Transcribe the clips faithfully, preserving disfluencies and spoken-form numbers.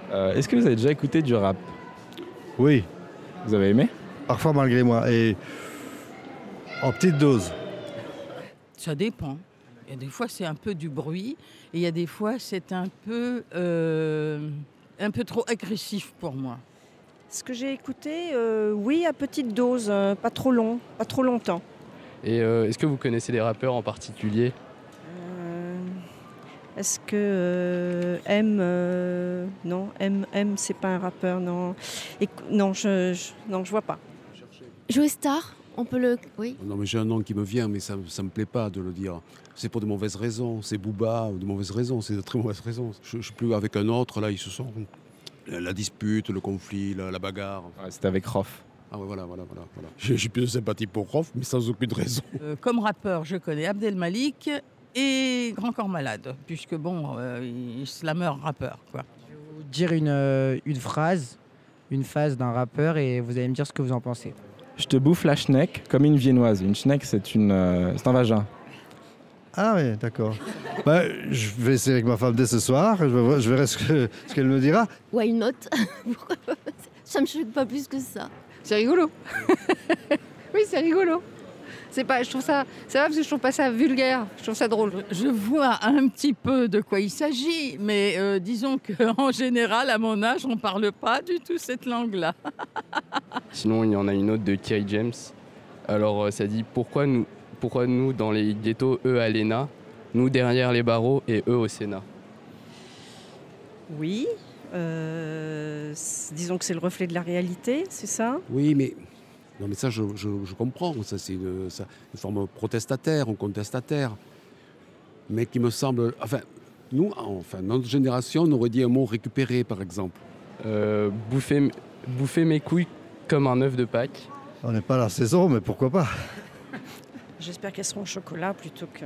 Euh, est-ce que vous avez déjà écouté du rap? Oui, Vous avez aimé? parfois malgré moi, et en petite dose. Ça dépend. Il y a des fois, c'est un peu du bruit. Et il y a des fois, c'est un peu, euh, un peu trop agressif pour moi. Ce que j'ai écouté, euh, oui, à petite dose, euh, pas trop long, pas trop longtemps. Et euh, est-ce que vous connaissez des rappeurs en particulier? Euh, Est-ce que euh, M, euh, non, M, M, c'est pas un rappeur, non. Et, non, je, je, non, je vois pas. Joey Star, on peut le... Oui. Non, mais j'ai un nom qui me vient, mais ça ne me plaît pas de le dire. C'est pour de mauvaises raisons. C'est Booba, de mauvaises raisons. C'est de très mauvaises raisons. Je ne suis plus avec un autre, là, ils se sont... La, la dispute, le conflit, la, la bagarre. Ouais, c'était avec Rof. Ah ouais, voilà, voilà, voilà. voilà. J'ai, j'ai plus de sympathie pour Rof, mais sans aucune raison. Euh, comme rappeur, je connais Abdel Malik et Grand Corps Malade, puisque bon, euh, il slammer rappeur, quoi. Je vais vous dire une, euh, une phrase, une phase d'un rappeur et vous allez me dire ce que vous en pensez. Je te bouffe la schneck comme une viennoise. Une schneck, c'est, une, euh, c'est un vagin. Ah oui, d'accord. Bah, je vais essayer avec ma femme dès ce soir, je, vais- je verrai ce, que- ce qu'elle me dira. Why not? Ça me choque pas plus que ça. C'est rigolo. Oui, c'est rigolo. C'est pas, je trouve ça, c'est vrai parce que je trouve pas ça vulgaire. Je trouve ça drôle. Je vois un petit peu de quoi il s'agit, mais euh, disons qu'en général, à mon âge, on ne parle pas du tout cette langue-là. Sinon, il y en a une autre de Kerry James. Alors, euh, ça dit pourquoi nous, pourquoi nous dans les ghettos, eux à l'E N A, nous derrière les barreaux et eux au Sénat. Oui, euh, c- disons que c'est le reflet de la réalité, c'est ça? Oui, mais... Non, mais ça, je, je, je comprends. Ça, c'est une, ça, une forme protestataire, ou contestataire. Mais qui me semble... Enfin, nous, enfin, notre génération, on aurait dit un mot récupéré, par exemple. Euh, bouffer, bouffer mes couilles comme un œuf de Pâques. On n'est pas à la saison, mais pourquoi pas? J'espère qu'elles seront au chocolat plutôt que...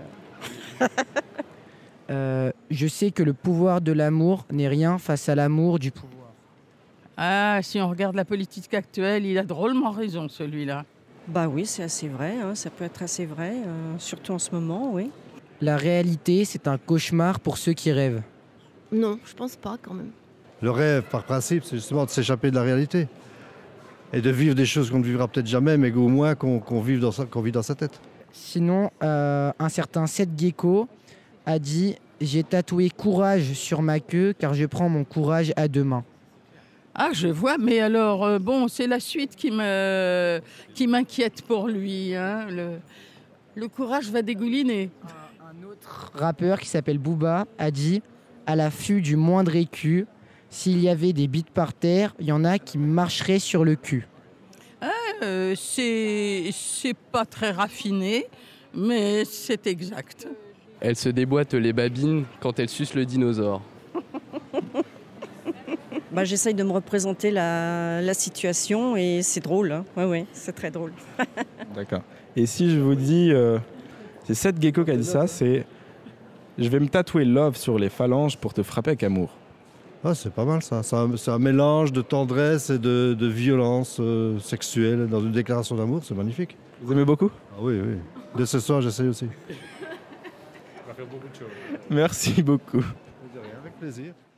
Euh, je sais que le pouvoir de l'amour n'est rien face à l'amour du pouvoir. Ah, si on regarde la politique actuelle, il a drôlement raison, celui-là. Bah oui, c'est assez vrai, hein, ça peut être assez vrai, euh, surtout en ce moment, oui. La réalité, c'est un cauchemar pour ceux qui rêvent. Non, je pense pas quand même. Le rêve, par principe, c'est justement de s'échapper de la réalité. Et de vivre des choses qu'on ne vivra peut-être jamais, mais au moins qu'on, qu'on, vive dans sa, qu'on vit dans sa tête. Sinon, euh, un certain Seth Gecko a dit « J'ai tatoué courage sur ma queue car je prends mon courage à deux mains ». Ah, je vois, mais alors, euh, bon, c'est la suite qui me, qui m'inquiète pour lui, hein. Le, le courage va dégouliner. Un autre rappeur qui s'appelle Booba a dit « À l'affût du moindre écu, s'il y avait des bites par terre, il y en a qui marcheraient sur le cul. » Euh, c'est, c'est pas très raffiné, mais c'est exact. Elle se déboîte les babines quand elle suce le dinosaure. Bah, j'essaye de me représenter la, la situation et c'est drôle, hein. Ouais, ouais, c'est très drôle. D'accord. Et si je vous dis, euh, c'est Seth Gecko qui a dit ça, c'est je vais me tatouer love sur les phalanges pour te frapper avec amour. Ah, c'est pas mal ça. C'est un, c'est un mélange de tendresse et de, de violence euh, sexuelle dans une déclaration d'amour, c'est magnifique. Vous aimez beaucoup? Ah oui, oui. Dès ce soir, j'essaye aussi. Merci beaucoup. Avec plaisir.